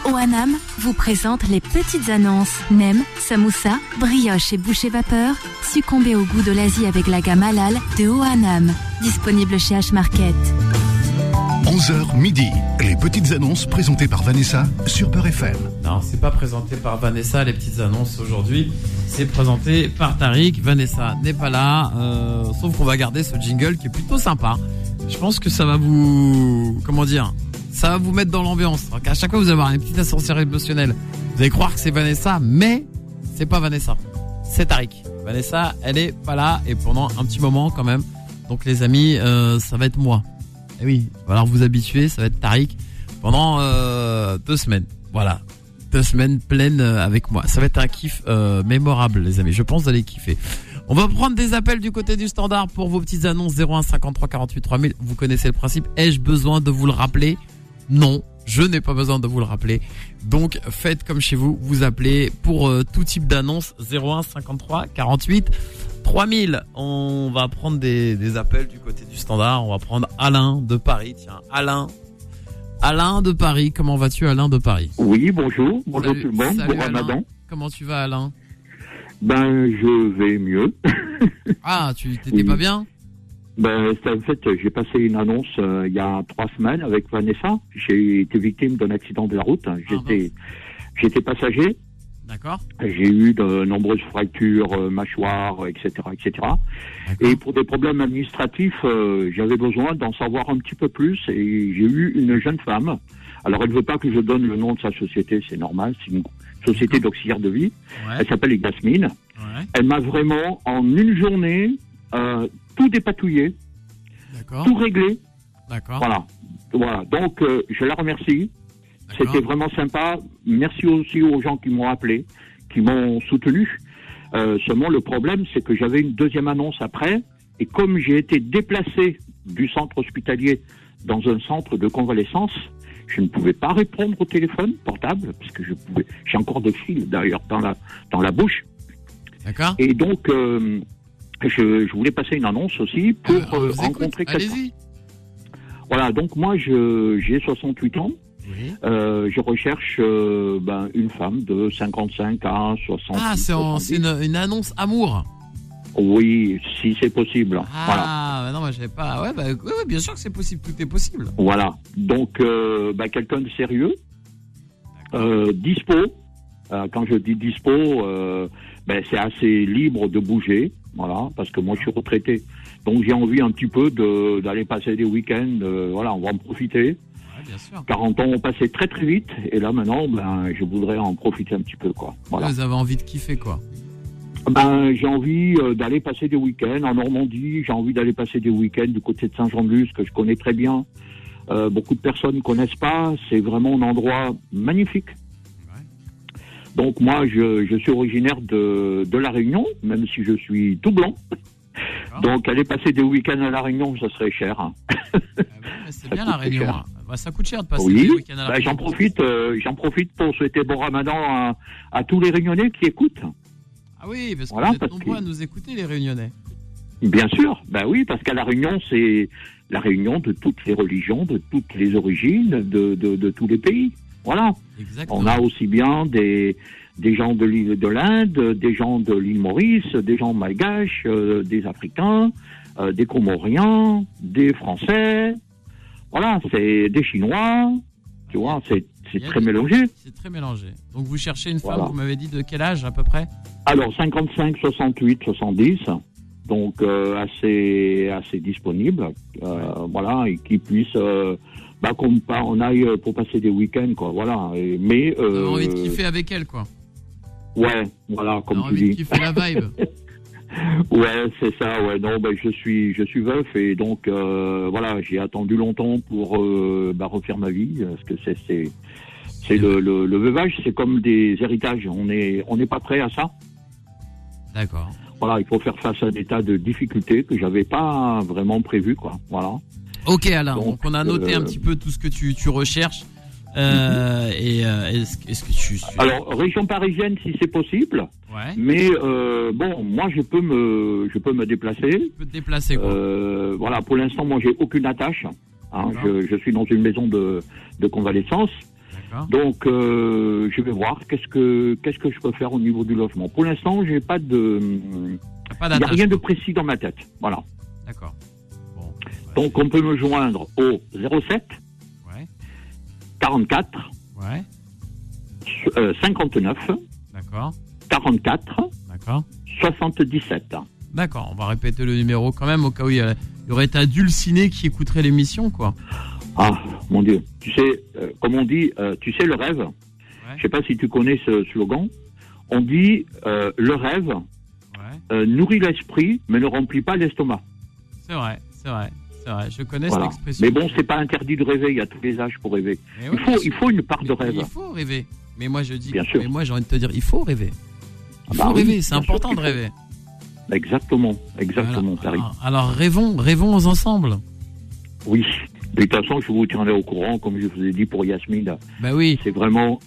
OANAM vous présente les petites annonces. Nem, samoussa, brioche et boucher vapeur. Succombez au goût de l'Asie avec la gamme halal de OANAM. Disponible chez H-Market. 11h midi. Les petites annonces présentées par Vanessa sur Peur FM. Non, c'est pas présenté par Vanessa, les petites annonces aujourd'hui. C'est présenté par Tariq. Vanessa n'est pas là. Sauf qu'on va garder ce jingle qui est plutôt sympa. Je pense que ça va vous... Comment dire ? Ça va vous mettre dans l'ambiance. Donc à chaque fois, vous allez avoir un petit ascenseur émotionnel. Vous allez croire que c'est Vanessa, mais c'est pas Vanessa. C'est Tariq. Vanessa, elle est pas là et pendant un petit moment quand même. Donc les amis, ça va être moi. Et oui, il va falloir vous habituer. Ça va être Tariq pendant 2 semaines. Voilà, 2 semaines pleines avec moi. Ça va être un kiff mémorable, les amis. Je pense que vous allez kiffer. On va prendre des appels du côté du standard pour vos petites annonces 01 53 48 3000. Vous connaissez le principe. Ai-je besoin de vous le rappeler ? Non, je n'ai pas besoin de vous le rappeler. Donc faites comme chez vous, vous appelez pour tout type d'annonce 01 53 48 3000. On va prendre des appels du côté du standard. On va prendre Alain de Paris. Tiens, Alain de Paris. Comment vas-tu, Alain de Paris ? Oui, bonjour. Bonjour Salut, tout le monde. salut, Bon Ramadan. Alain. Comment tu vas, Alain ? Ben, je vais mieux. Ah, tu t'étais pas bien ? Ben, en fait, j'ai passé une annonce il y a 3 semaines avec Vanessa. J'ai été victime d'un accident de la route. J'étais passager. D'accord. J'ai eu de nombreuses fractures, mâchoires, etc., etc. D'accord. Et pour des problèmes administratifs, j'avais besoin d'en savoir un petit peu plus. Et j'ai eu une jeune femme. Alors, elle ne veut pas que je donne le nom de sa société, c'est normal. C'est une société d'auxiliaire de vie. Ouais. Elle s'appelle Yasmine. Ouais. Elle m'a vraiment, en une journée, tout dépatouillé, D'accord. tout réglé. D'accord. Voilà. Donc, je la remercie. D'accord. C'était vraiment sympa. Merci aussi aux gens qui m'ont appelé, qui m'ont soutenu. Seulement, le problème, c'est que j'avais une deuxième annonce après. Et comme j'ai été déplacé du centre hospitalier dans un centre de convalescence, je ne pouvais pas répondre au téléphone portable, parce que j'ai encore des fils d'ailleurs dans la bouche. D'accord. Et donc, je voulais passer une annonce aussi pour rencontrer quelqu'un. Allez-y. Voilà, donc moi, j'ai 68 ans. Oui. Je recherche une femme de 55 à 60. Ah, c'est une annonce amour. Oui, si c'est possible. Voilà. Ah, non, moi j'avais pas. Ouais, oui, bien sûr que c'est possible, tout est possible. Voilà. Donc, quelqu'un de sérieux, dispo. Quand je dis dispo, c'est assez libre de bouger. Voilà, parce que moi je suis retraité. Donc j'ai envie un petit peu d'aller passer des week-ends. Voilà, on va en profiter. Ouais, bien sûr. 40 ans ont passé très très vite. Et là maintenant, je voudrais en profiter un petit peu, quoi. Voilà. Vous avez envie de kiffer, quoi. J'ai envie d'aller passer des week-ends en Normandie. J'ai envie d'aller passer des week-ends du côté de Saint-Jean-de-Luz, que je connais très bien. Beaucoup de personnes ne connaissent pas. C'est vraiment un endroit magnifique. Ouais. Donc moi, je suis originaire de La Réunion, même si je suis tout blanc. D'accord. Donc aller passer des week-ends à La Réunion, ça serait cher. Hein. C'est Ça bien coûte la Réunion. cher. Ça coûte cher de passer des week-ends à la Réunion. J'en profite pour souhaiter bon Ramadan à tous les Réunionnais qui écoutent. Ah oui, parce que Voilà, vous êtes parce nombreux que- à nous écouter, les Réunionnais. Bien sûr, oui, parce qu'à La Réunion, c'est la réunion de toutes les religions, de toutes les origines, de tous les pays. Voilà. Exactement. On a aussi bien des gens de l'île de l'Inde, des gens de l'île Maurice, des gens malgaches, des Africains, des Comoriens, des Français. Voilà, c'est des Chinois. Tu vois, c'est très mélangé. C'est très mélangé. Donc vous cherchez une femme, Voilà. vous m'avez dit de quel âge à peu près ? Alors 55, 68, 70. Donc assez disponible. Voilà, et qui puisse on aille pour passer des week-ends, quoi. Voilà. Mais Vous avez envie de kiffer avec elle, quoi. ouais, voilà, comme Vous avez tu envie de dis. kiffer la vibe. Ouais, c'est ça. Ouais, non, je suis veuf et donc voilà, j'ai attendu longtemps pour refaire ma vie, parce que c'est le veuvage, c'est comme des héritages. On n'est pas prêt à ça. D'accord. Voilà, il faut faire face à des tas de difficultés que j'avais pas vraiment prévues, quoi. Voilà. Ok, Alain. Donc on a noté un euh, petit peu tout ce que tu recherches. Est-ce que tu... Alors, région parisienne, si c'est possible. Ouais. Mais moi, je peux me déplacer. Tu peux te déplacer, quoi. Voilà, pour l'instant, moi, j'ai aucune attache. Hein, D'accord. je suis dans une maison de convalescence. D'accord. Donc, je vais voir qu'est-ce que je peux faire au niveau du logement. Pour l'instant, j'ai pas de, Pas il n'y a d'attache. rien de précis dans ma tête. Voilà. D'accord. Bon. Donc, on peut me joindre au 07 Ouais. 44 Ouais. 59 D'accord. 44 D'accord. 77. D'accord. On va répéter le numéro quand même au cas où il y aurait ta dulcinée qui écouterait l'émission, quoi. Ah, mon Dieu. Tu sais, comme on dit, tu sais, le rêve. Je sais pas si tu connais ce slogan. On dit, le rêve Ouais. nourrit l'esprit, mais ne remplit pas l'estomac. C'est vrai. C'est vrai. C'est vrai. Je connais Voilà. cette expression. Mais bon, c'est pas interdit de rêver. Il y a tous les âges pour rêver. Mais ouais, Il faut une part de rêve. Il faut rêver. Mais moi, je dis. Bien sûr. Mais moi, j'ai envie de te dire, il faut rêver. Il Ah faut bah oui, rêver. C'est bien sûr important qu'il de faut. rêver. Exactement, exactement, Tariq. Alors, rêvons ensemble. Oui. De toute façon, je vous tiendrai au courant, comme je vous ai dit pour Yasmine. Bah oui. C'est vraiment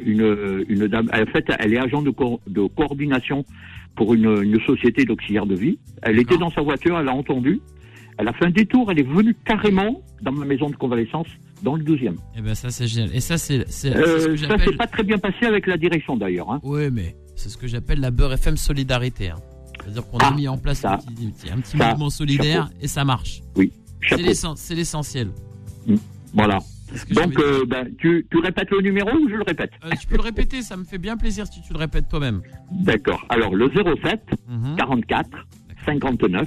une dame. En fait, elle est agent de coordination pour une société d'auxiliaire de vie. Elle D'accord. était dans sa voiture, elle a entendu. Elle a fait un détour, elle est venue carrément dans ma maison de convalescence, dans le 12e. Eh ben ça, c'est génial. Et ça, c'est ce que Ça j'appelle. s'est pas très bien passé avec la direction d'ailleurs. Hein. Oui, mais c'est ce que j'appelle la Beurre FM solidarité. Hein. C'est-à-dire qu'on a mis en place ça, un petit ça, mouvement solidaire chapeau. et ça marche. Oui, C'est chapeau. l'essentiel. Voilà. C'est ce que j'ai Donc, envie de dire. tu répètes le numéro ou je le répète? Tu peux le répéter, ça me fait bien plaisir si tu le répètes toi-même. D'accord. Alors, le 07 Mhm. 44 59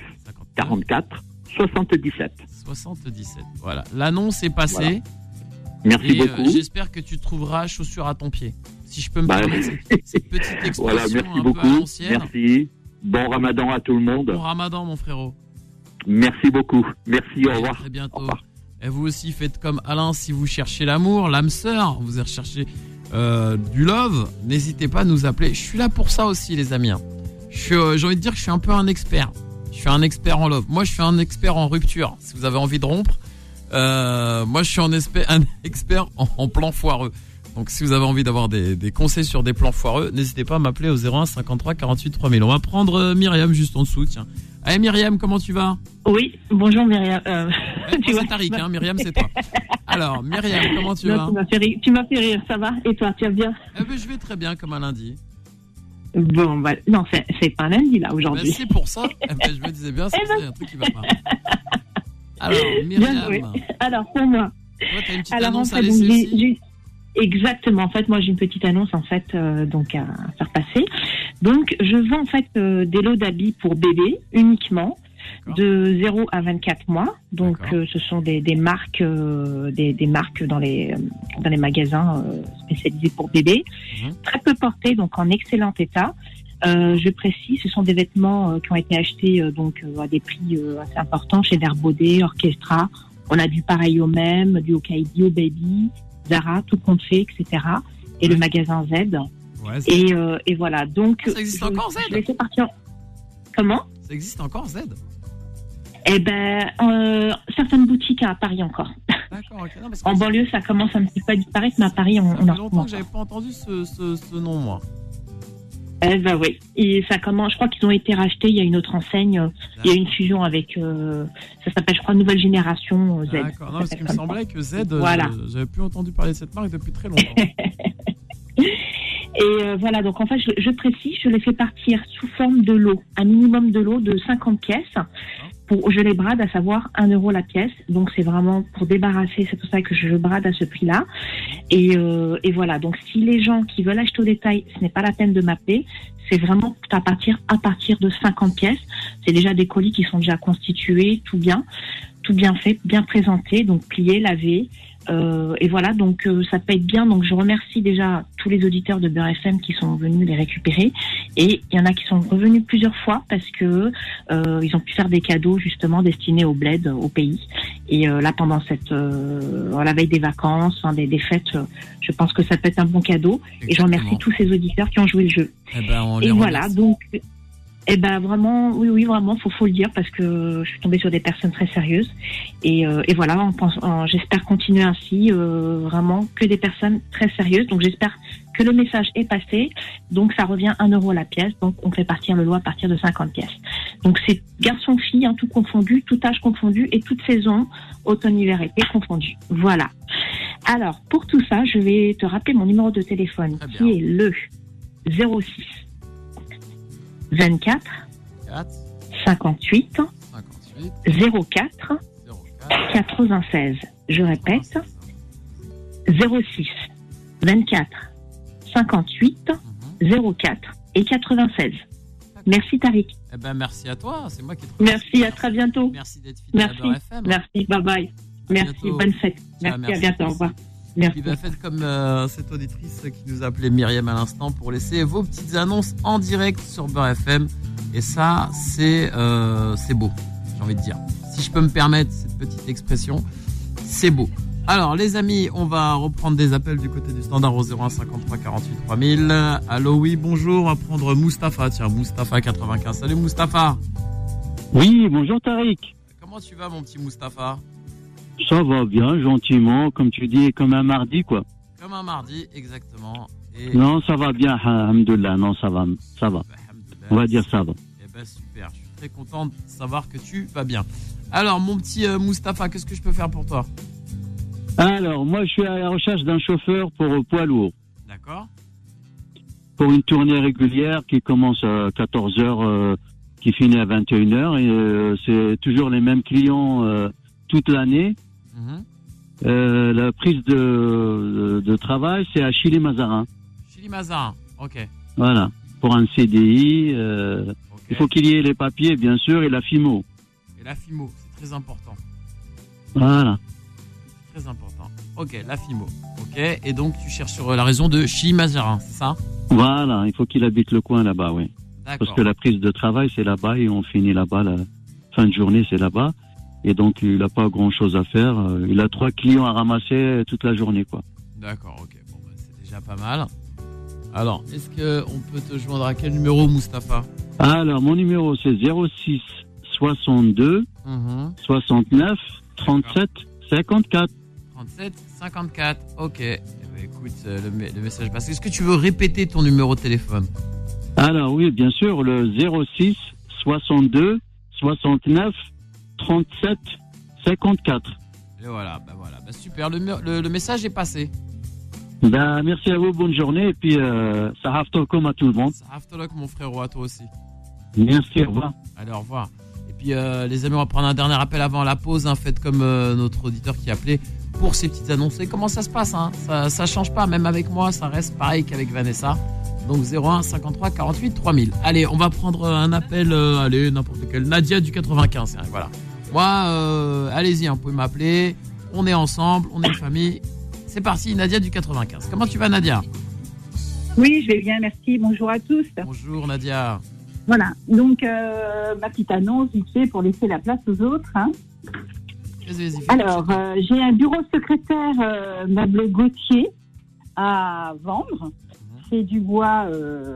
44 77. 77. Voilà. L'annonce est passée. Voilà. Merci Et beaucoup. j'espère que tu trouveras chaussure à ton pied. Si je peux me Bah, permettre cette petite expression Voilà, merci un peu à beaucoup. l'ancienne. Merci. Bon Ramadan à tout le monde. Bon Ramadan, mon frérot. Merci beaucoup. Merci, au À revoir. très bientôt. Au revoir. Et vous aussi, faites comme Alain si vous cherchez l'amour, l'âme sœur, vous recherchez du love, n'hésitez pas à nous appeler. Je suis là pour ça aussi, les amis. J'ai envie de dire que je suis un peu un expert. Je suis un expert en love. Moi, je suis un expert en rupture. Si vous avez envie de rompre, moi, je suis un expert en plan foireux. Donc, si vous avez envie d'avoir des conseils sur des plans foireux, n'hésitez pas à m'appeler au 01 53 48 3000. On va prendre Myriam juste en dessous, tiens. Allez, Myriam, comment tu vas? Oui, bonjour Myriam. Moi, c'est Tariq, hein, Myriam, c'est toi. Alors, Myriam, comment tu vas? Tu m'as fait rire, ça va? Et toi, tu vas bien? Je vais très bien, comme un lundi. Bon, bah, non, c'est pas un lundi, là, aujourd'hui. C'est pour ça. Je me disais bien, il y a un truc qui va pas. Alors, Myriam. Bien, oui. Alors, pour moi. Toi, t'as une petite Alors, annonce en fait, à laisser aussi? Exactement. En fait, moi, j'ai une petite annonce, en fait, donc, à faire passer. Donc, je vends, en fait, des lots d'habits pour bébés, uniquement. De 0 à 24 mois. Donc, ce sont des marques, des marques dans les magasins spécialisés pour bébés. Très peu portés, donc en excellent état. Je précise, ce sont des vêtements qui ont été achetés donc à des prix assez importants chez Verbaudet, Orchestra. On a du pareil au même, du Okaïdi, au Baby, Zara, tout compte fait, etc. Et le magasin Z. Ouais, et voilà. Donc, ça existe encore, Z? Je laissais partir. Comment? Ça existe encore, Z? Eh ben, certaines boutiques à Paris encore. D'accord, ok. Non, en banlieue, ça commence un petit peu à disparaître, mais à Paris, on ça fait en longtemps que j'avais pas entendu ce nom, moi. Eh ben oui. Et ça commence, je crois qu'ils ont été rachetés. Il y a une autre enseigne. Il y a une fusion avec, ça s'appelle, je crois, Nouvelle Génération Z. D'accord. Non, parce qu'il me semblait que Z, voilà. J'avais plus entendu parler de cette marque depuis très longtemps. Et voilà, donc en fait, je précise, je les fais partir sous forme de lot, un minimum de lot de 50 pièces. Je les brade, à savoir 1 euro la pièce. Donc c'est vraiment pour débarrasser, c'est pour ça que je brade à ce prix-là. Et voilà, donc si les gens qui veulent acheter au détail, ce n'est pas la peine de m'appeler. C'est vraiment à partir de 50 pièces. C'est déjà des colis qui sont déjà constitués, tout bien fait, bien présenté, donc plié, lavé. Et voilà, donc ça peut être bien. Donc je remercie déjà tous les auditeurs de Beurre FM qui sont venus les récupérer. Et il y en a qui sont revenus plusieurs fois parce que ils ont pu faire des cadeaux justement destinés au bled, au pays. Et là, pendant la veille des vacances, des fêtes, je pense que ça peut être un bon cadeau. Exactement. Et je remercie tous ces auditeurs qui ont joué le jeu. Et voilà, donc. Eh ben vraiment, oui, vraiment, faut le dire parce que je suis tombée sur des personnes très sérieuses et voilà, j'espère continuer ainsi, vraiment que des personnes très sérieuses. Donc j'espère que le message est passé. Donc ça revient 1 euro la pièce. Donc on fait partir le lot à partir de 50 pièces. Donc c'est garçon-fille, tout confondu, tout âge confondu et toute saison, automne, hiver, été confondu. Voilà. Alors, pour tout ça, je vais te rappeler mon numéro de téléphone, qui est le 06 24 58 04 96. Je répète, 06 24 58 04 et 96. Merci Tariq. Eh ben merci à toi, c'est moi qui te remercie. Merci, à très bientôt. Merci d'être fidèle à Beurre FM. Merci, bye bye. Merci, bonne fête. Merci, à bientôt, au revoir. Merci. Et puis faites comme cette auditrice qui nous appelait Myriam à l'instant pour laisser vos petites annonces en direct sur Beurre FM. Et ça, c'est beau, j'ai envie de dire. Si je peux me permettre cette petite expression, c'est beau. Alors les amis, on va reprendre des appels du côté du standard au 01 53 48 3000. Allô, oui, bonjour, on va prendre Mustapha. Tiens, Mustapha 95. Salut Mustapha. Oui, bonjour Tariq. Comment tu vas mon petit Mustapha? Ça va bien, gentiment, comme tu dis, comme un mardi quoi. Comme un mardi, exactement. Et... Non, ça va bien, alhamdoulilah, non, ça va. On va dire ça va. Eh ben super, je suis très content de savoir que tu vas bien. Alors mon petit Mustapha, qu'est-ce que je peux faire pour toi? Alors, moi, je suis à la recherche d'un chauffeur pour poids lourd. D'accord. Pour une tournée régulière qui commence à 14h, qui finit à 21h. Et c'est toujours les mêmes clients toute l'année. La prise de travail, c'est à Chili-Mazarin. Chili-Mazarin, ok. Voilà. Pour un CDI, il faut qu'il y ait les papiers, bien sûr, et la FIMO. Et la FIMO, c'est très important. Voilà. Très important. Ok, la FIMO. Ok, et donc tu cherches sur la raison de Chili-Mazarin, c'est ça? Voilà, il faut qu'il habite le coin là-bas, oui. D'accord. Parce que la prise de travail, c'est là-bas et on finit là-bas. La fin de journée, c'est là-bas. Et donc, il n'a pas grand-chose à faire. Il a 3 clients à ramasser toute la journée, quoi. D'accord, ok. Bon, bah, c'est déjà pas mal. Alors, est-ce qu'on peut te joindre à quel numéro, Mustapha? Alors, mon numéro, c'est 06 62 69 37 54. 37 54, ok. Eh ben, écoute, le message passe. Est-ce que tu veux répéter ton numéro de téléphone? Alors oui, bien sûr, le 06 62 69 37 54. Et voilà, bah super, le message est passé. Merci à vous, bonne journée, et puis Sahaf Tolkom à tout le monde. Sahaf Tolok, mon frérot, à toi aussi. Merci, au revoir. Allez, au revoir. Et puis les amis, on va prendre un dernier appel avant la pause. Faites comme notre auditeur qui appelait pour ces petites annonces. Et comment ça se passe, ça change pas, même avec moi, ça reste pareil qu'avec Vanessa. Donc 01 53 48 3000. Allez, on va prendre un appel, allez, n'importe quel. Nadia du 95, voilà. Moi, allez-y, vous pouvez m'appeler. On est ensemble, on est une famille. C'est parti, Nadia du 95. Comment tu vas, Nadia? Oui, je vais bien, merci. Bonjour à tous. Bonjour, Nadia. Voilà, donc ma petite annonce vite fait pour laisser la place aux autres. Alors, j'ai un bureau secrétaire meuble Gauthier à vendre. C'est du bois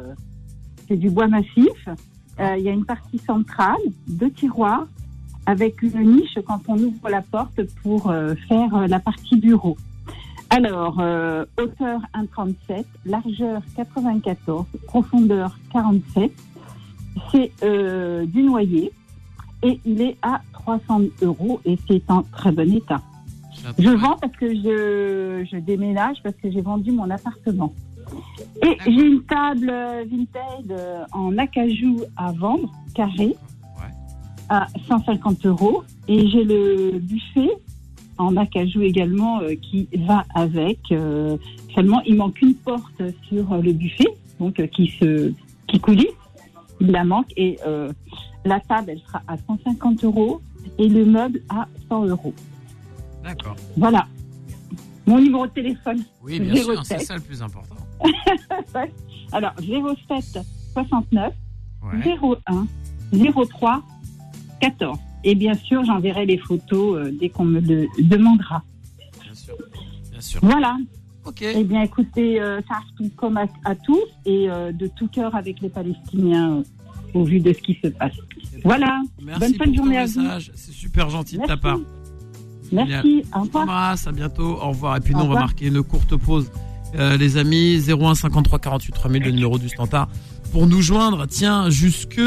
massif. Il y a une partie centrale, 2 tiroirs, avec une niche quand on ouvre la porte pour faire la partie bureau. Alors, hauteur 1,37, largeur 94, profondeur 47. C'est du noyer et il est à 300 € et c'est en très bon état. Je vends parce que je déménage parce que j'ai vendu mon appartement. Et j'ai une table vintage en acajou à vendre, carré, à 150 €. Et j'ai le buffet en acajou également qui va avec. Seulement, il manque une porte sur le buffet, donc qui coulisse. Il la manque et la table, elle sera à 150 € et le meuble à 100 €. D'accord. Voilà. Mon numéro de téléphone. Oui, bien 07. Sûr, c'est ça le plus important. Alors, 07 69 01 03 14. Et bien sûr, j'enverrai les photos dès qu'on me le demandera. Bien sûr. Bien sûr. Voilà. Ok. Eh bien, écoutez, ça arrive comme à tous et de tout cœur avec les Palestiniens au vu de ce qui se passe. Voilà. Merci. Bonne fin de journée à vous. C'est super gentil de ta part. Merci. Au revoir. À bientôt. Au revoir. Et puis nous, on va marquer une courte pause. Les amis, 01 53 48 3000, le numéro du standard. Pour nous joindre, tiens, jusque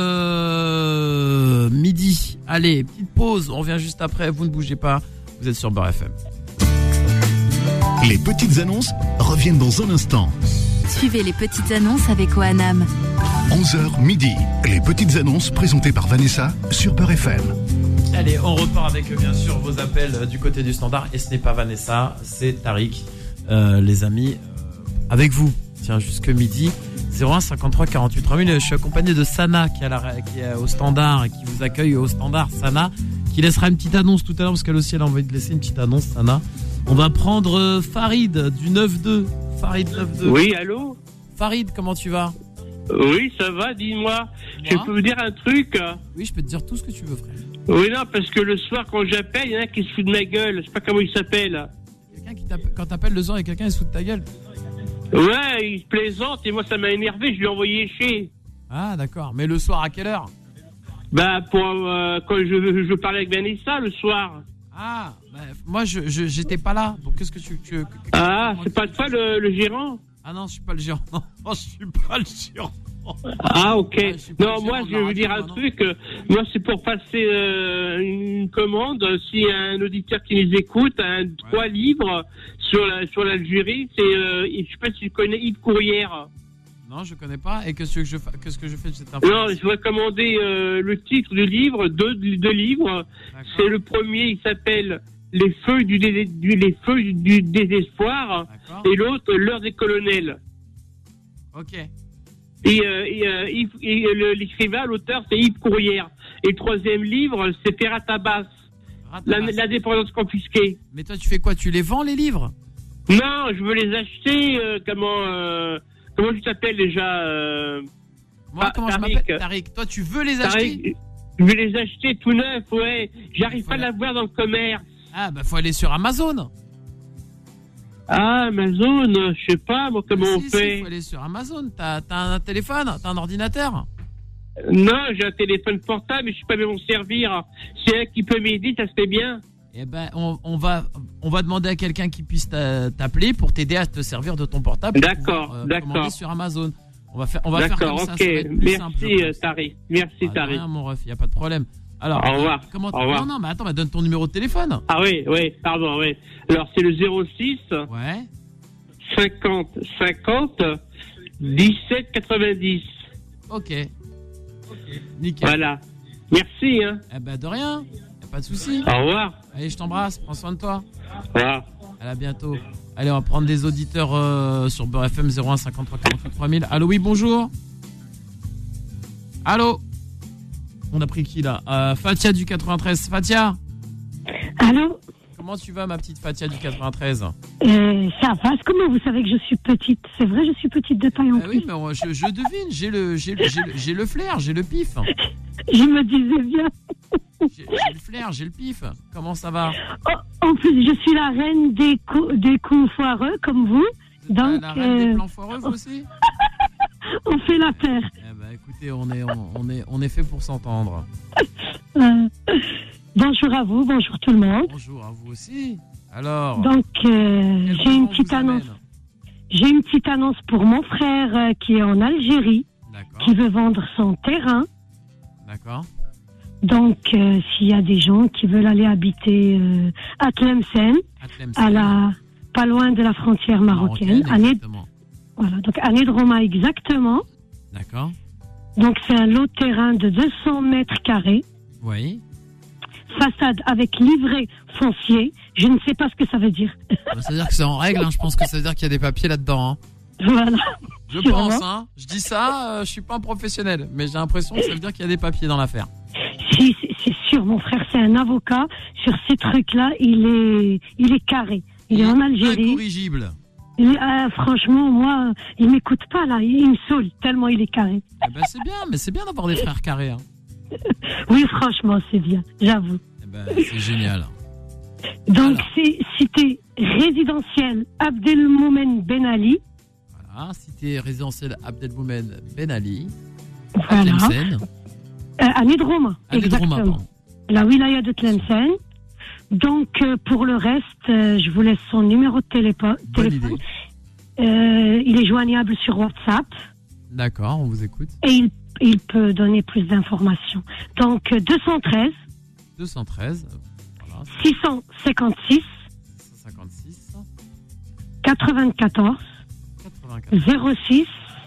midi. Allez, petite pause. On revient juste après. Vous ne bougez pas. Vous êtes sur Beurre FM. Les petites annonces reviennent dans un instant. Suivez les petites annonces avec OANAM. 11h midi. Les petites annonces présentées par Vanessa sur Beurre FM. Allez, on repart avec bien sûr vos appels du côté du standard. Et ce n'est pas Vanessa, c'est Tariq. Les amis, avec vous. Tiens, jusque midi. 01 53 48 3000. Je suis accompagné de Sana qui est au standard et qui vous accueille au standard. Sana qui laissera une petite annonce tout à l'heure parce qu'elle aussi elle a envie de laisser une petite annonce. Sana. On va prendre Farid du 9-2. Farid 9-2. Oui, allô? Farid, comment tu vas? Oui, ça va, dis-moi. Je peux vous dire un truc? Oui, je peux te dire tout ce que tu veux, frère. Oui, non, parce que le soir, quand j'appelle, il y en a qui se fout de ma gueule. Je sais pas comment il s'appelle. Quelqu'un qui t'appelle, quand t'appelles le soir et quelqu'un il se fout de ta gueule? Ouais, il se plaisante et moi, ça m'a énervé. Je lui ai envoyé chier. Ah, d'accord. Mais le soir, à quelle heure? Bah, quand je parlais avec Vanessa le soir. Ah, bah, moi, j'étais pas là. Donc, qu'est-ce que tu Ah, c'est pas toi le gérant? Ah non, je suis pas le gérant. Non, je suis pas le gérant. Ah, ok. Non, moi, je vais vous dire un truc. Moi, c'est pour passer une commande. S'il y a un auditeur qui les écoute, 3 livres sur l'Algérie, c'est, je sais pas si tu connais Yves Courrière. Non, je connais pas. Et qu'est-ce que je fais de cette Non, information? je vais commander le titre du livre, deux livres. D'accord. C'est le premier, il s'appelle Les feuilles du désespoir. D'accord. Et l'autre, L'heure des colonels. Ok. Et l'écrivain, l'auteur, c'est Yves Courrière. Et le troisième livre, c'est Ferrat Abbas, l'indépendance confisquée. Mais toi, tu fais quoi? Tu les vends, les livres? Non, je veux les acheter. Comment tu t'appelles déjà? Moi, comment je m'appelle? Tariq. Toi, tu veux les acheter? Tariq, je veux les acheter tout neufs, ouais. J'arrive pas à l'avoir dans le commerce. Ah, bah, faut aller sur Amazon. Ah, Amazon, je sais pas, moi, comment on fait? Faut aller sur Amazon. T'as un téléphone? T'as un ordinateur? Non, j'ai un téléphone portable, mais je sais pas bien m'en servir. C'est un qui peut m'aider, ça serait bien. Eh ben, on va demander à quelqu'un qui puisse t'appeler pour t'aider à te servir de ton portable. D'accord, commander sur Amazon. On va faire comme ça. Ok. Ça va être plus simple, Merci, Tariq. Merci, Tariq. Rien, mon ref, y a pas de problème. Alors, au revoir. Comment Au revoir. Non, mais attends, donne ton numéro de téléphone. Ah oui, pardon, oui. Alors, c'est le 06 Ouais. 50 50 17 90. Ok. Nickel. Voilà. Merci, hein. Eh ben, de rien. Y a pas de souci. Au revoir. Allez, je t'embrasse. Prends soin de toi. Au revoir. Allez, à bientôt. Allez, on va prendre des auditeurs sur Beurre FM 01 53 48 3000. Allô, oui, bonjour. Allô. On a pris qui là? Fatia du 93. Fatia. Allô? Comment tu vas, ma petite Fatia du 93? Ça va. Comment vous savez que je suis petite? C'est vrai, je suis petite de taille en plus. Oui, mais je devine. J'ai le flair, j'ai le pif. Je me disais bien. J'ai le flair, j'ai le pif. Comment ça va? En plus, je suis la reine des coups foireux, comme vous. Donc, la reine des plans foireux, vous aussi? On fait la paire. Eh ben, écoutez, on est fait pour s'entendre. Bonjour à vous, bonjour tout le monde. Bonjour à vous aussi. Alors. Donc, j'ai une petite annonce. J'ai une petite annonce pour mon frère qui est en Algérie, qui veut vendre son terrain. D'accord. Donc, s'il y a des gens qui veulent aller habiter à Tlemcen, pas loin de la frontière marocaine, voilà, donc à Nedroma exactement. D'accord. Donc, c'est un lot de terrain de 200 mètres carrés. Oui. Façade avec livret foncier. Je ne sais pas ce que ça veut dire. Ça veut dire que c'est en règle, hein. Je pense que ça veut dire qu'il y a des papiers là-dedans. Hein. Voilà. Je pense, hein. Je dis ça, je suis pas un professionnel, mais j'ai l'impression que ça veut dire qu'il y a des papiers dans l'affaire. Si, c'est sûr, mon frère, c'est un avocat. Sur ces trucs-là, il est carré. Il est en Algérie. Incorrigible. Franchement, moi, il m'écoute pas, là. Il me saoule, tellement il est carré. Eh ben, c'est bien, mais c'est bien d'avoir des frères carrés. Hein. Oui, franchement, c'est bien, j'avoue. Eh ben, c'est génial. Donc, c'est cité résidentielle Abdelmoumen Ben Ali. Voilà, cité résidentielle Abdelmoumen Ben Ali. Voilà. À Tlemcen. À Nedroma, exactement. La wilaya de Tlemcen. Donc, pour le reste, je vous laisse son numéro de téléphone. Il est joignable sur WhatsApp. D'accord, on vous écoute. Et il peut donner plus d'informations. Donc, 213. Voilà. 656. 94 06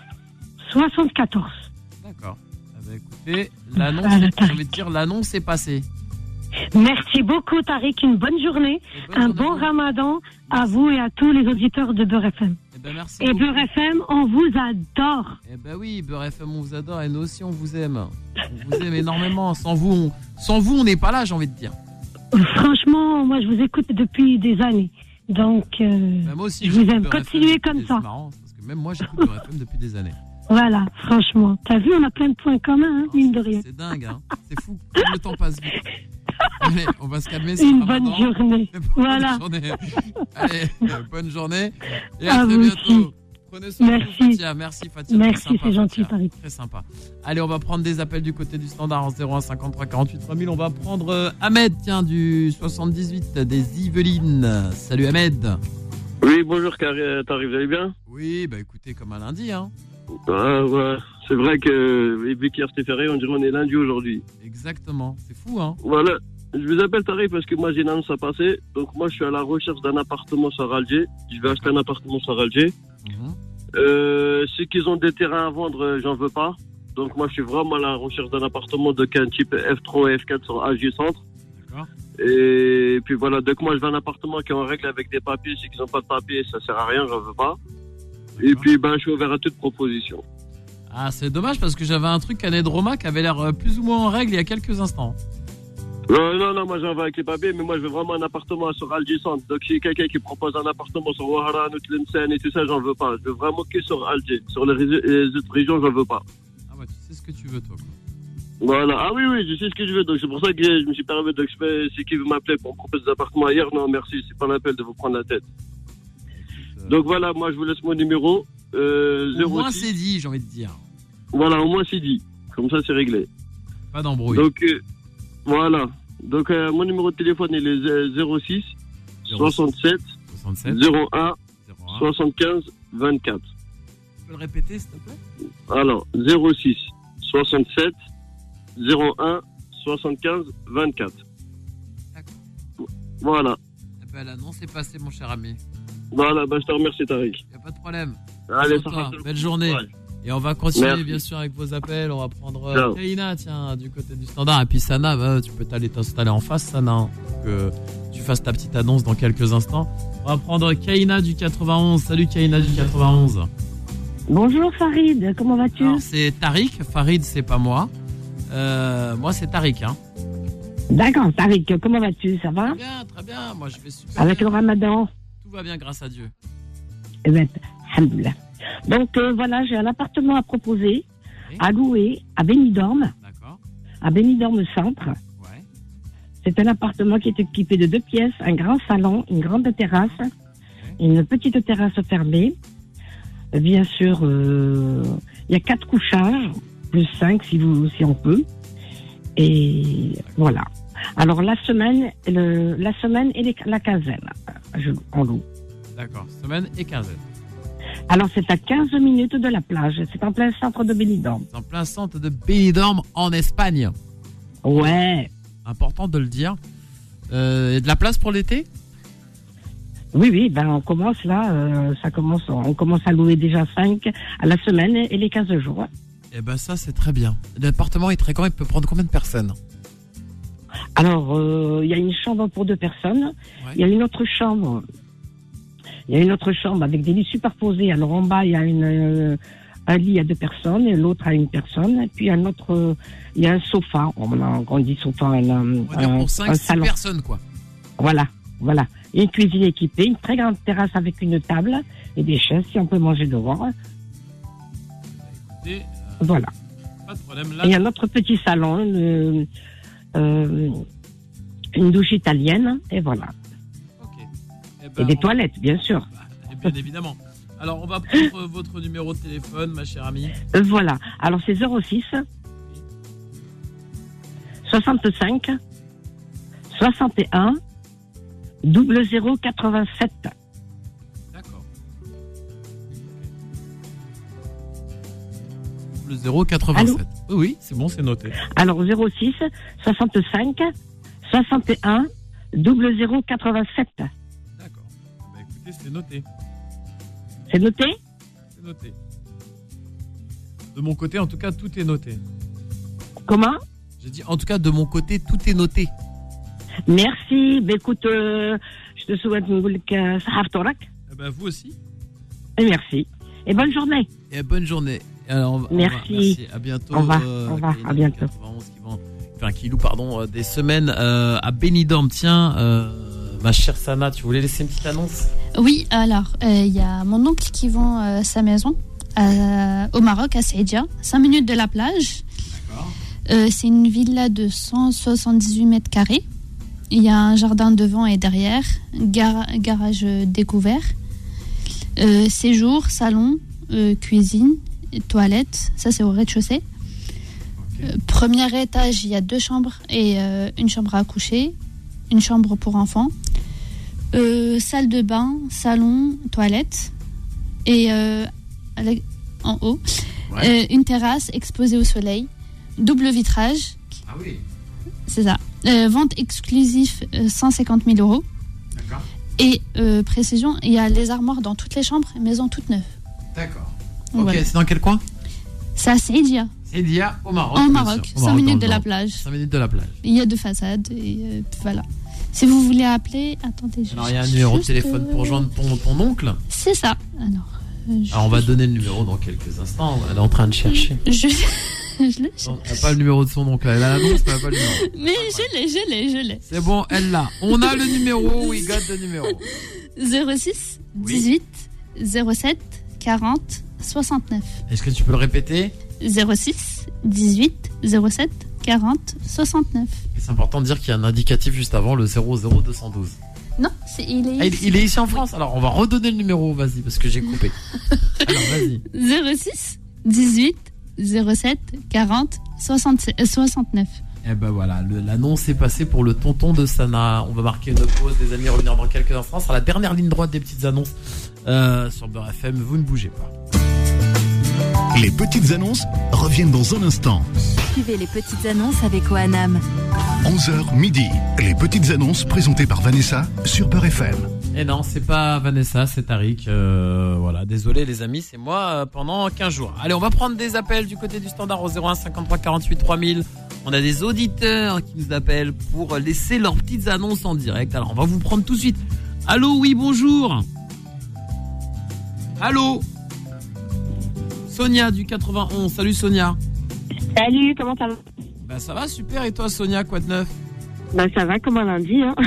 74. D'accord. Eh ben, écoutez, l'annonce est passée. Merci beaucoup, Tariq. Une bonne journée. Un bon ramadan à vous et à tous les auditeurs de Beurre FM. Eh ben, merci et beaucoup. Beurre FM, on vous adore. Eh ben oui, Beurre FM, on vous adore et nous aussi, on vous aime. On vous aime énormément. Sans vous, on n'est pas là, j'ai envie de dire. Franchement, moi, je vous écoute depuis des années. Donc, moi aussi, je vous aime. Beurre Continuez FM, comme ça. C'est marrant, parce que même moi, j'écoute Beurre FM depuis des années. Voilà, franchement. T'as vu, on a plein de points communs, hein, mine de rien. C'est dingue, hein. C'est fou. Comme le temps passe vite. Allez, on va se calmer. Une bonne journée. Voilà. Allez, bonne journée. Et à très vous bientôt. aussi. Prenez soin de vous, Merci. Fatia. Merci, Fatia. Merci, c'est gentil, Tariq. Très sympa. Allez, on va prendre des appels du côté du standard en 01 53 48 3000. On va prendre Ahmed, tiens, du 78 des Yvelines. Salut, Ahmed. Oui, bonjour, Tariq, vous allez bien? Oui, bah écoutez, comme un lundi, hein. Ouais, c'est vrai que vu qu'hier c'était férié, on dirait qu'on est lundi aujourd'hui. Exactement, c'est fou, hein. Voilà, je vous appelle Tariq parce que moi j'ai une annonce à passer. Donc moi je suis à la recherche d'un appartement sur Alger. Je vais acheter un appartement sur Alger. Ceux qui ont des terrains à vendre, j'en veux pas. Donc moi je suis vraiment à la recherche d'un appartement de quel type F3 et F4 sur Alger Centre. D'accord. Et puis voilà, donc moi je veux un appartement qui est en règle avec des papiers. Ceux qui n'ont pas de papiers, ça sert à rien, j'en veux pas. Et puis, je suis ouvert à toute proposition. Ah, c'est dommage parce que j'avais un truc à Nedroma qui avait l'air plus ou moins en règle il y a quelques instants. Non, moi j'en veux avec les papiers, mais moi je veux vraiment un appartement sur Alger Centre. Donc si quelqu'un qui propose un appartement sur Ouaharan, Tlemcen et tout ça, j'en veux pas. Je veux vraiment que sur Alger. Sur les autres régions, j'en veux pas. Ah ouais, tu sais ce que tu veux, toi, quoi. Voilà. Ah oui, je sais ce que je veux. Donc c'est pour ça que je me suis permis de si qui veut m'appeler pour me proposer des appartements ailleurs, non merci, c'est pas l'appel de vous prendre la tête. Donc voilà, moi je vous laisse mon numéro. Au moins c'est dit, j'ai envie de dire. Voilà, au moins c'est dit. Comme ça c'est réglé. Pas d'embrouille. Donc voilà. Donc mon numéro de téléphone il est 06 67 01 75 24. Tu peux le répéter s'il te plaît? Alors 06 67 01 75 24. D'accord. Voilà. L'annonce est passée, mon cher ami. Voilà, je te remercie, Tariq. Y a pas de problème. Allez, belle journée. Ouais. Et on va continuer, bien sûr, avec vos appels. On va prendre Kaina, tiens, du côté du standard. Et puis Sana, tu peux t'installer en face, Sana, pour que tu fasses ta petite annonce dans quelques instants. On va prendre Kaina du 91. Salut, Kaina du 91. Bonjour, Farid. Comment vas-tu? Alors, c'est Tariq. Farid, c'est pas moi. Moi, c'est Tariq, hein. D'accord, Tariq, comment vas-tu? Ça va? Très bien. Moi, je vais super. Avec le ramadan? Tout va bien, grâce à Dieu. Eh bien, alhamdoulilah. Donc, voilà, j'ai un appartement à proposer, à louer, à Benidorm. D'accord. À Benidorm Centre. Ouais. C'est un appartement qui est équipé de 2 pièces, un grand salon, une grande terrasse, une petite terrasse fermée. Bien sûr, il y a 4 couchages, plus 5 si on peut. Et voilà. Alors la semaine et la quinzaine, on loue. D'accord, semaine et quinzaine. Alors c'est à 15 minutes de la plage, c'est en plein centre de Benidorm. C'est en plein centre de Benidorm en Espagne. Ouais. Important de le dire. Il y a de la place pour l'été? Oui, on commence là, on commence à louer déjà 5 à la semaine et les 15 jours. Eh ben ça c'est très bien. L'appartement est très grand, il peut prendre combien de personnes? Alors, il y a une chambre pour 2 personnes. Il y a une autre chambre. Avec des lits superposés. Alors en bas, il y a un lit à 2 personnes et l'autre à 1 personne. Et puis il y a un sofa. On dit sofa, on va dire pour 5-6 personnes, quoi. Voilà. Une cuisine équipée, une très grande terrasse avec une table et des chaises si on peut manger dehors. Écoutez, voilà. Pas de problème là. Et il y a notre petit salon, une douche italienne, et voilà. Okay. Et des toilettes, bien sûr. Bien évidemment. Alors, on va prendre votre numéro de téléphone, ma chère amie. Voilà. Alors, c'est 06 65 61 0087. D'accord. Le 087. Oui, c'est bon, c'est noté. Alors 06 65 61 0087. D'accord. Écoutez, c'est noté. C'est noté? C'est noté. De mon côté, en tout cas, tout est noté. Comment? J'ai dit, en tout cas, de mon côté, tout est noté. Merci. Ben, écoute, je te souhaite une bonne Sahar Torak. Eh ben, vous aussi. Et merci. Et bonne journée. Et bonne journée. Alors, merci. À bientôt. Au revoir. À bientôt. Qui vend, enfin, Kilou, pardon, des semaines à Benidorm. Tiens, ma chère Sana, tu voulais laisser une petite annonce? Oui, alors, il y a mon oncle qui vend sa maison au Maroc, à Saïdia, 5 minutes de la plage. C'est une villa de 178 mètres carrés. Il y a un jardin devant et derrière, garage découvert, séjour, salon, cuisine, toilette. Ça, c'est au rez-de-chaussée. Premier étage, il y a 2 chambres et une chambre à coucher, une chambre pour enfants, salle de bain, salon, toilette et en haut, une terrasse exposée au soleil, double vitrage. Ah oui. C'est ça. Vente exclusive 150 000 €. D'accord. Et précision, il y a les armoires dans toutes les chambres, maison toute neuve. D'accord. Ok, Voilà. c'est dans quel coin? C'est à Saïdia. Saïdia, au Maroc. En Maroc, 5 minutes de la plage. 5 minutes de la plage. Il y a 2 façades et voilà. Si vous voulez appeler, attendez. Alors, il y a un numéro de téléphone pour joindre ton oncle. C'est ça. Alors, on va donner le numéro dans quelques instants. Elle est en train de chercher. Je le cherche. Elle n'a pas le numéro de son oncle. Elle a l'annonce, mais elle n'a pas le numéro. Mais je l'ai. C'est bon, elle l'a. On a le numéro. We got le numéro. 06 18 07 40 69. Est-ce que tu peux le répéter? 06 18 07 40 69. Et c'est important de dire qu'il y a un indicatif juste avant, le 00212. Non, il est ici en France. Alors, on va redonner le numéro, vas-y, parce que j'ai coupé. Alors, vas-y. 06 18 07 40 69. Eh ben voilà, l'annonce est passée pour le tonton de Sana. On va marquer une pause, les amis, revenir dans quelques instants. Ce sera la dernière ligne droite des petites annonces sur Beurre FM. Vous ne bougez pas. Les petites annonces reviennent dans un instant. Suivez les petites annonces avec Oanam. 11h midi. Les petites annonces présentées par Vanessa sur Beurre FM. Et non, c'est pas Vanessa, c'est Tariq. Voilà, désolé les amis, c'est moi pendant 15 jours. Allez, on va prendre des appels du côté du standard au 01 53 48 3000. On a des auditeurs qui nous appellent pour laisser leurs petites annonces en direct. Alors, on va vous prendre tout de suite. Allô, oui, bonjour. Allô, Sonia du 91. Salut Sonia. Salut, comment ça va? Bah ça va, super. Et toi Sonia, quoi de neuf? Bah ça va comme un lundi, hein.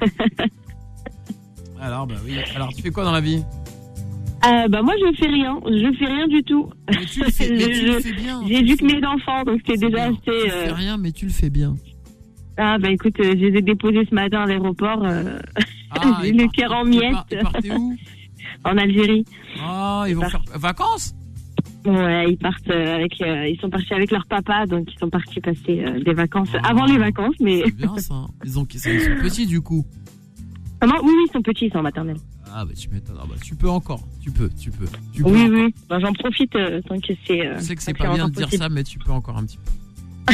Alors, bah oui. Alors, tu fais quoi dans la vie? Bah moi je fais rien du tout. Mais tu le fais bien. J'éduque mes enfants, donc c'est déjà assez. Tu fais rien, mais tu le fais bien. Ah bah écoute, je les ai déposés ce matin à l'aéroport. J'ai le cœur en miettes. Ils partaient où? En Algérie. Ah, ils vont faire vacances? Ouais, ils partent ils sont partis avec leur papa, donc ils sont partis passer des vacances avant les vacances, mais. C'est bien ça. Ils sont petits du coup. Comment? Oui, ils sont petits, ils sont en maternelle. Ah bah tu m'étonnes. Ah bah tu peux encore. Tu peux. Oui, oui. Bah, j'en profite tant que c'est. Je sais que c'est pas bien de dire ça, mais tu peux encore un petit peu.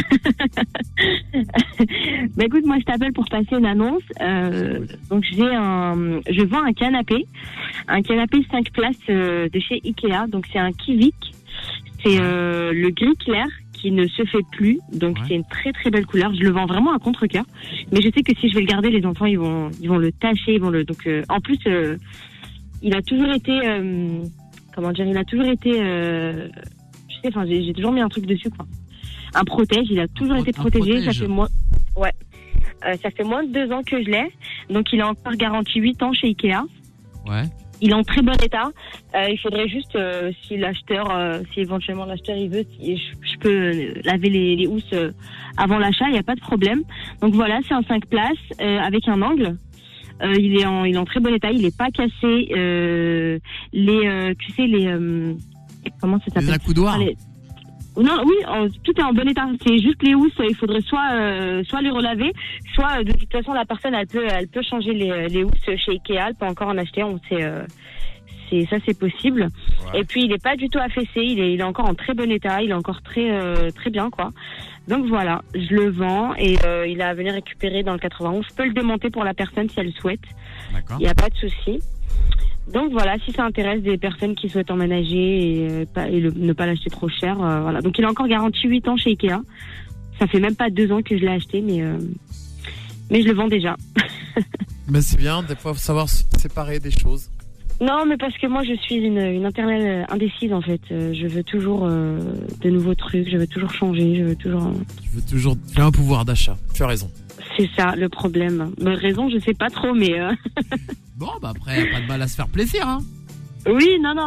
Bah écoute, moi je t'appelle pour passer une annonce. Donc je vends un canapé 5 places de chez Ikea. Donc c'est un Kivik. C'est le gris clair qui ne se fait plus. Donc c'est une très très belle couleur. Je le vends vraiment à contre-cœur. Mais je sais que si je vais le garder, les enfants ils vont le tâcher, donc en plus il a toujours été j'ai toujours mis un truc dessus quoi. Un protège, il a toujours été protégé. Ça fait moins de 2 ans que je l'ai. Donc il a encore garanti 8 ans chez Ikea. Ouais. Il est en très bon état. Il faudrait juste, si éventuellement l'acheteur il veut, je peux laver les housses avant l'achat, il n'y a pas de problème. Donc voilà, c'est un 5 places avec un angle. Il est en très bon état, il n'est pas cassé. Comment ça s'appelle? Les accoudoirs. Non, oui, tout est en bon état. C'est juste les housses, il faudrait soit les relaver, soit de toute façon la personne elle peut changer les housses chez Ikea, elle peut encore en acheter. C'est possible. Ouais. Et puis il est pas du tout affaissé, il est encore en très bon état, il est encore très très bien quoi. Donc voilà, je le vends et il a à venir récupérer dans le 91. Je peux le démonter pour la personne si elle le souhaite. D'accord. Il n'y a pas de souci. Donc voilà, si ça intéresse des personnes qui souhaitent emménager et ne pas l'acheter trop cher, voilà. Donc il a encore garanti 8 ans chez Ikea. Ça fait même pas 2 ans que je l'ai acheté, mais je le vends déjà. Mais c'est bien, des fois, faut savoir séparer des choses. Non, mais parce que moi, je suis une internelle indécise, en fait. Je veux toujours de nouveaux trucs, je veux toujours changer, je veux toujours... Tu as un pouvoir d'achat, tu as raison. C'est ça, le problème. Mais raison, je sais pas trop, mais... Bon, bah après, pas de mal à se faire plaisir, hein. Oui, non,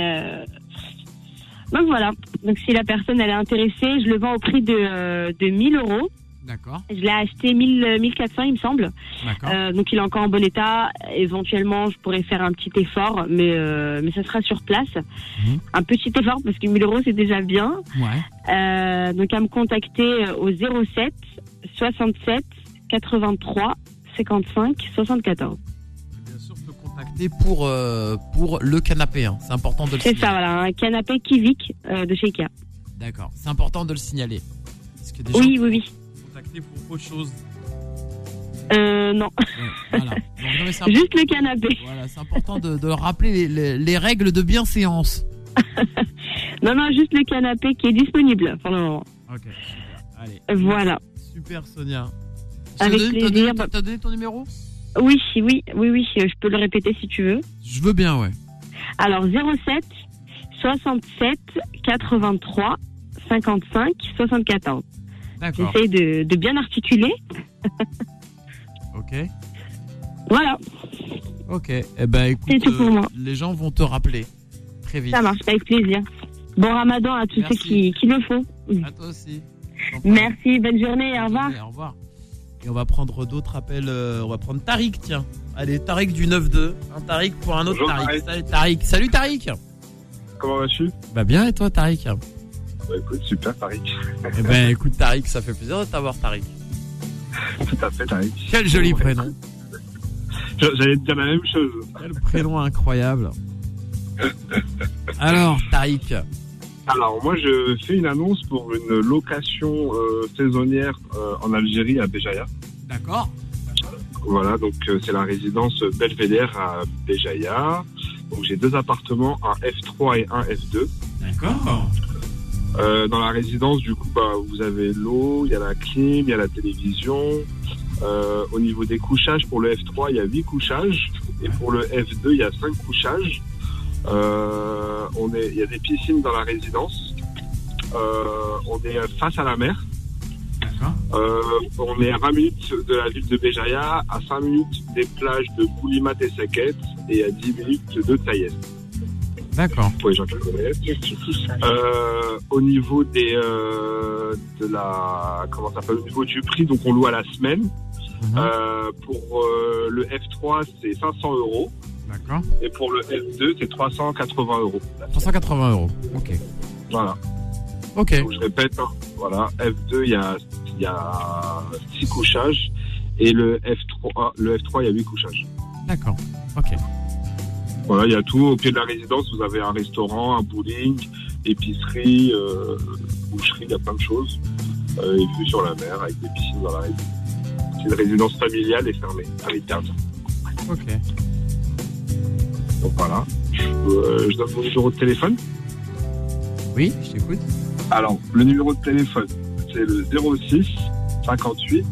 donc voilà. Donc si la personne, elle est intéressée, je le vends au prix de 1000 €. D'accord. Je l'ai acheté 1400, il me semble. D'accord. Donc il est encore en bon état. Éventuellement, je pourrais faire un petit effort, mais ça sera sur place. Un petit effort parce que 1000 € c'est déjà bien. Ouais. Donc à me contacter au 07 67 83 55 74. Bien sûr, te contacter pour le canapé. Hein. C'est important de le signaler. C'est ça, voilà, un canapé Kivik de chez Ikea. D'accord. C'est important de le signaler. Parce que des oui. Contacter pour autre chose. Non. Voilà. Donc, non, mais c'est juste le canapé. Voilà, c'est important de rappeler les règles de bienséance. non, juste le canapé qui est disponible pour le moment. Ok. Allez. Voilà. Super, Sonia. Avec plaisir. T'as donné ton numéro ? Oui, je peux le répéter si tu veux. Je veux bien, ouais. Alors 07 67 83 55 74. D'accord. J'essaye de bien articuler. Ok. Voilà. Ok. Eh ben écoute, c'est tout pour moi. Les gens vont te rappeler très vite. Ça marche, avec plaisir. Bon Ramadan à tous ceux qui le font. À toi aussi. Merci, bonne journée, au revoir. Au revoir. Et on va prendre d'autres appels. On va prendre Tariq, tiens. Allez, Tariq du 9-2. Un Tariq pour un autre. Bonjour, Tariq. Salut Tariq. Salut Tariq. Comment vas-tu ? Bah bien, et toi Tariq ? Bah écoute, super Tariq. Eh ben écoute Tariq, ça fait plaisir de t'avoir Tariq. Tout à fait Tariq. Quel joli prénom. J'allais te dire la même chose. Quel prénom incroyable. Alors Tariq. Alors moi je fais une annonce pour une location saisonnière en Algérie à Béjaïa. D'accord. Voilà, donc c'est la résidence Belvédère à Béjaïa. Donc j'ai 2 appartements, un F3 et un F2. D'accord. Dans la résidence, du coup, vous avez l'eau, il y a la clim, il y a la télévision. Au niveau des couchages, pour le F3, il y a 8 couchages. Et pour le F2, il y a 5 couchages. Il y a des piscines dans la résidence. On est face à la mer. On est à 20 minutes de la ville de Béjaïa, à 5 minutes des plages de Boulimat et Seket et à 10 minutes de Taïez. D'accord. Pour les gens qui le connaissent. Au niveau au niveau du prix, donc on loue à la semaine. Pour le F3, c'est 500 €. D'accord. Et pour le F2, c'est 380 €. 380 €. Ok. Voilà. Ok. Donc, je répète, hein, voilà, F2, il y a 6 couchages et le F3, il y a 8 couchages. D'accord. Ok. Voilà, il y a tout. Au pied de la résidence, vous avez un restaurant, un bowling, épicerie, boucherie, il y a plein de choses. Et vue sur la mer avec des piscines dans la résidence. C'est une résidence familiale et fermée, avec gardien. Ok. Donc voilà. Je donne mon numéro de téléphone. Oui, je t'écoute. Alors, le numéro de téléphone, c'est le 06 58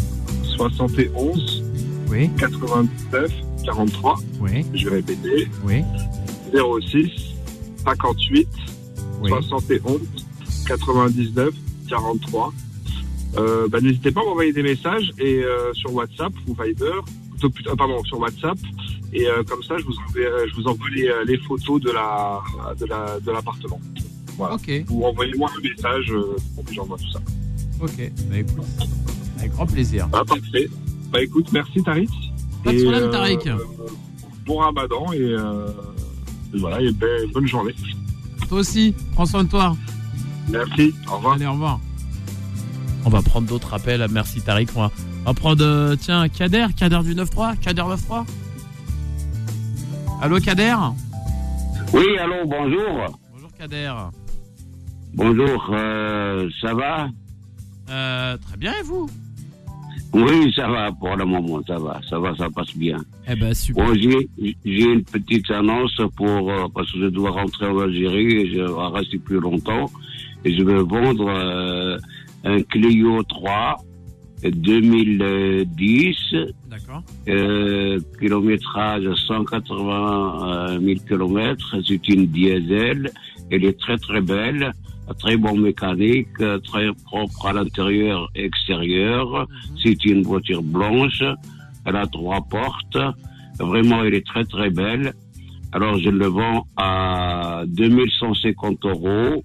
71 99 43. Oui. Je vais répéter. Oui. 06 58 71 99 43. N'hésitez pas à m'envoyer des messages et sur WhatsApp ou Viber, sur WhatsApp, et comme ça je vous envoie les photos de l'appartement. Voilà. Ok. Ou envoyez-moi un message pour que j'envoie tout ça. Ok. Bah écoute, avec grand plaisir. Parfait. Bah écoute, merci Tariq. Pas de problème Tariq. Bon Ramadan et voilà, et bonne journée. Toi aussi, prends soin de toi. Merci, au revoir. Allez, au revoir. On va prendre d'autres appels. Merci Tariq. On va prendre, tiens, Kader du 9-3. Kader 9-3. Allô Kader ? Oui, allô, bonjour. Bonjour Kader. Bonjour, ça va ? Très bien, et vous ? Oui, ça va pour le moment, ça passe bien. Eh ben, super. Bon, j'ai une petite annonce parce que je dois rentrer en Algérie et je vais rester plus longtemps. Et je vais vendre un Clio 3 2010. D'accord. Kilométrage 180 000 km. C'est une diesel. Elle est très très belle. Très bon mécanique, très propre à l'intérieur et extérieur. C'est une voiture blanche. Elle a 3 portes. Vraiment, elle est très très belle. Alors, je le vends à 2150 €.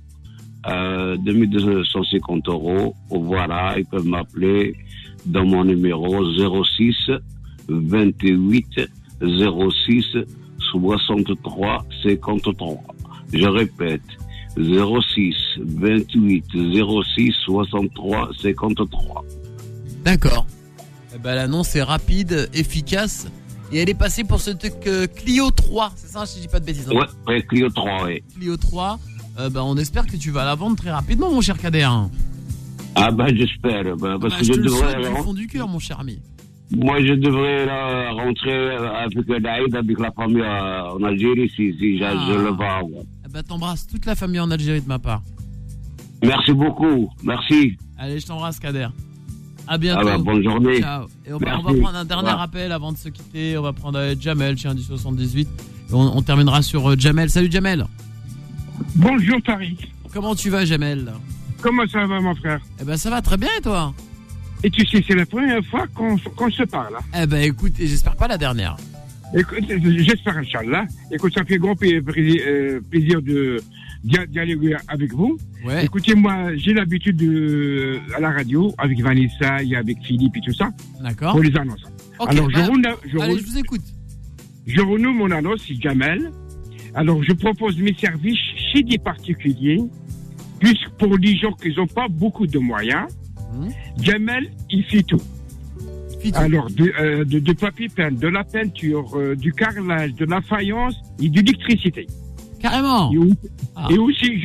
2250 €. Voilà, ils peuvent m'appeler dans mon numéro 06 28 06 63 53. Je répète, 06 28 06 63 53. D'accord. Eh ben, l'annonce est rapide, efficace. Et elle est passée pour ce Clio 3, c'est ça, si je dis pas de bêtises. Hein? Ouais, Clio 3, oui. Clio 3, on espère que tu vas la vendre très rapidement, mon cher Kader. Ah ben, j'espère. Parce que je devrais... du fond du cœur, mon cher ami. Moi, je devrais rentrer avec l'Aïd, avec la famille en Algérie, si je le vends. Eh ben, t'embrasses toute la famille en Algérie de ma part. Merci beaucoup, merci. Allez, je t'embrasse, Kader. À bientôt. Ah ben, bonne journée. Ciao. Et on va prendre un dernier appel avant de se quitter. On va prendre Jamel, chien du 78. Et on terminera sur Jamel. Salut Jamel. Bonjour Tariq. Comment tu vas, Jamel? Comment ça va, mon frère? Eh ben, ça va très bien, et toi? Et tu sais, c'est la première fois qu'on se parle. Eh ben, écoute, et j'espère pas la dernière. Écoute, j'espère, Inch'Allah. Écoute, ça fait grand plaisir de dialoguer avec vous. Ouais. Écoutez, moi, j'ai l'habitude à la radio, avec Vanessa et avec Philippe et tout ça. D'accord. Pour les annonces. Okay, alors, allez, je vous écoute. Je renoue mon annonce, c'est Jamel. Alors, je propose mes services chez des particuliers, plus pour les gens qui n'ont pas beaucoup de moyens. Jamel, il fait tout. Alors, de papier peint, de la peinture, du carrelage, de la faïence et de l'électricité. Carrément. Et aussi,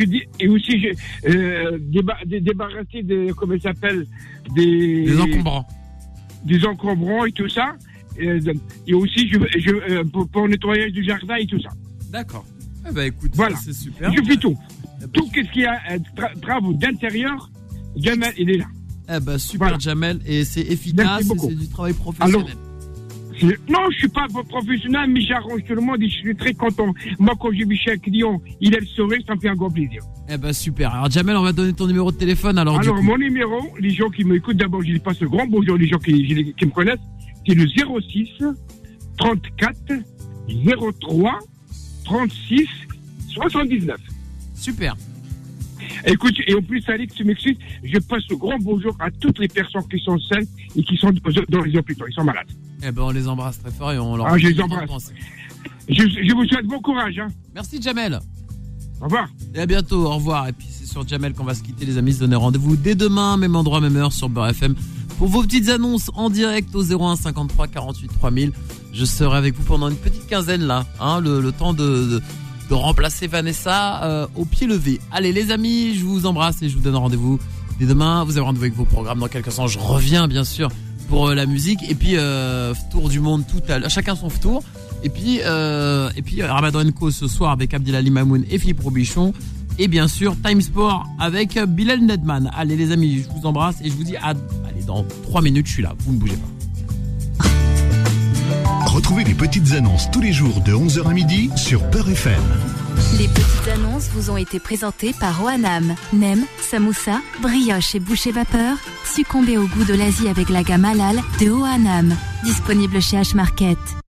débarrasser comment ça s'appelle, des encombrants. Des encombrants et tout ça. Et aussi, pour le nettoyage du jardin et tout ça. D'accord. Eh ben, écoute, voilà. C'est super. Je fais tout. Tout ce qui a travaux d'intérieur, Jamel, il est là. Eh ben, super, voilà. Jamel, et c'est efficace, et c'est du travail professionnel. Alors, non, je suis pas professionnel, mais j'arrange tout le monde et je suis très content. Moi, quand j'ai vu chez un client, il a le sourire, ça me fait un grand plaisir. Eh ben, super. Alors, Jamel, on va donner ton numéro de téléphone. Alors mon numéro, les gens qui m'écoutent, d'abord, je passe le grand bonjour, les gens qui me connaissent, c'est le 06 34 03 36 79. Super. Écoute, et en plus, Alex, tu m'excuses, je passe le grand bonjour à toutes les personnes qui sont seules et qui sont dans les hôpitaux. Ils sont malades. Eh ben, on les embrasse très fort et on leur je les embrasse. Je vous souhaite bon courage. Hein. Merci, Jamel. Au revoir. Et à bientôt. Au revoir. Et puis, c'est sur Jamel qu'on va se quitter, les amis. Se donner rendez-vous dès demain, même endroit, même heure sur Beurre FM. Pour vos petites annonces en direct au 01 53 48 3000. Je serai avec vous pendant une petite quinzaine là. Hein, le temps de remplacer Vanessa au pied levé. Allez les amis, je vous embrasse et je vous donne rendez-vous dès demain. Vous avez rendez-vous avec vos programmes dans quelques instants. Je reviens bien sûr pour la musique et puis tour du monde tout à l'heure. Chacun son tour. Et puis Ramadan Co ce soir avec Abdelali Mamoun et Philippe Robichon. Et bien sûr Time Sport avec Bilal Nedman. Allez les amis, je vous embrasse et je vous dis dans 3 minutes je suis là. Vous ne bougez pas. Retrouvez les petites annonces tous les jours de 11h à midi sur Beurre FM. Les petites annonces vous ont été présentées par Oanam. Nem, samoussa, brioche et boucher vapeur. Succombez au goût de l'Asie avec la gamme halal de Oanam. Disponible chez H-Market.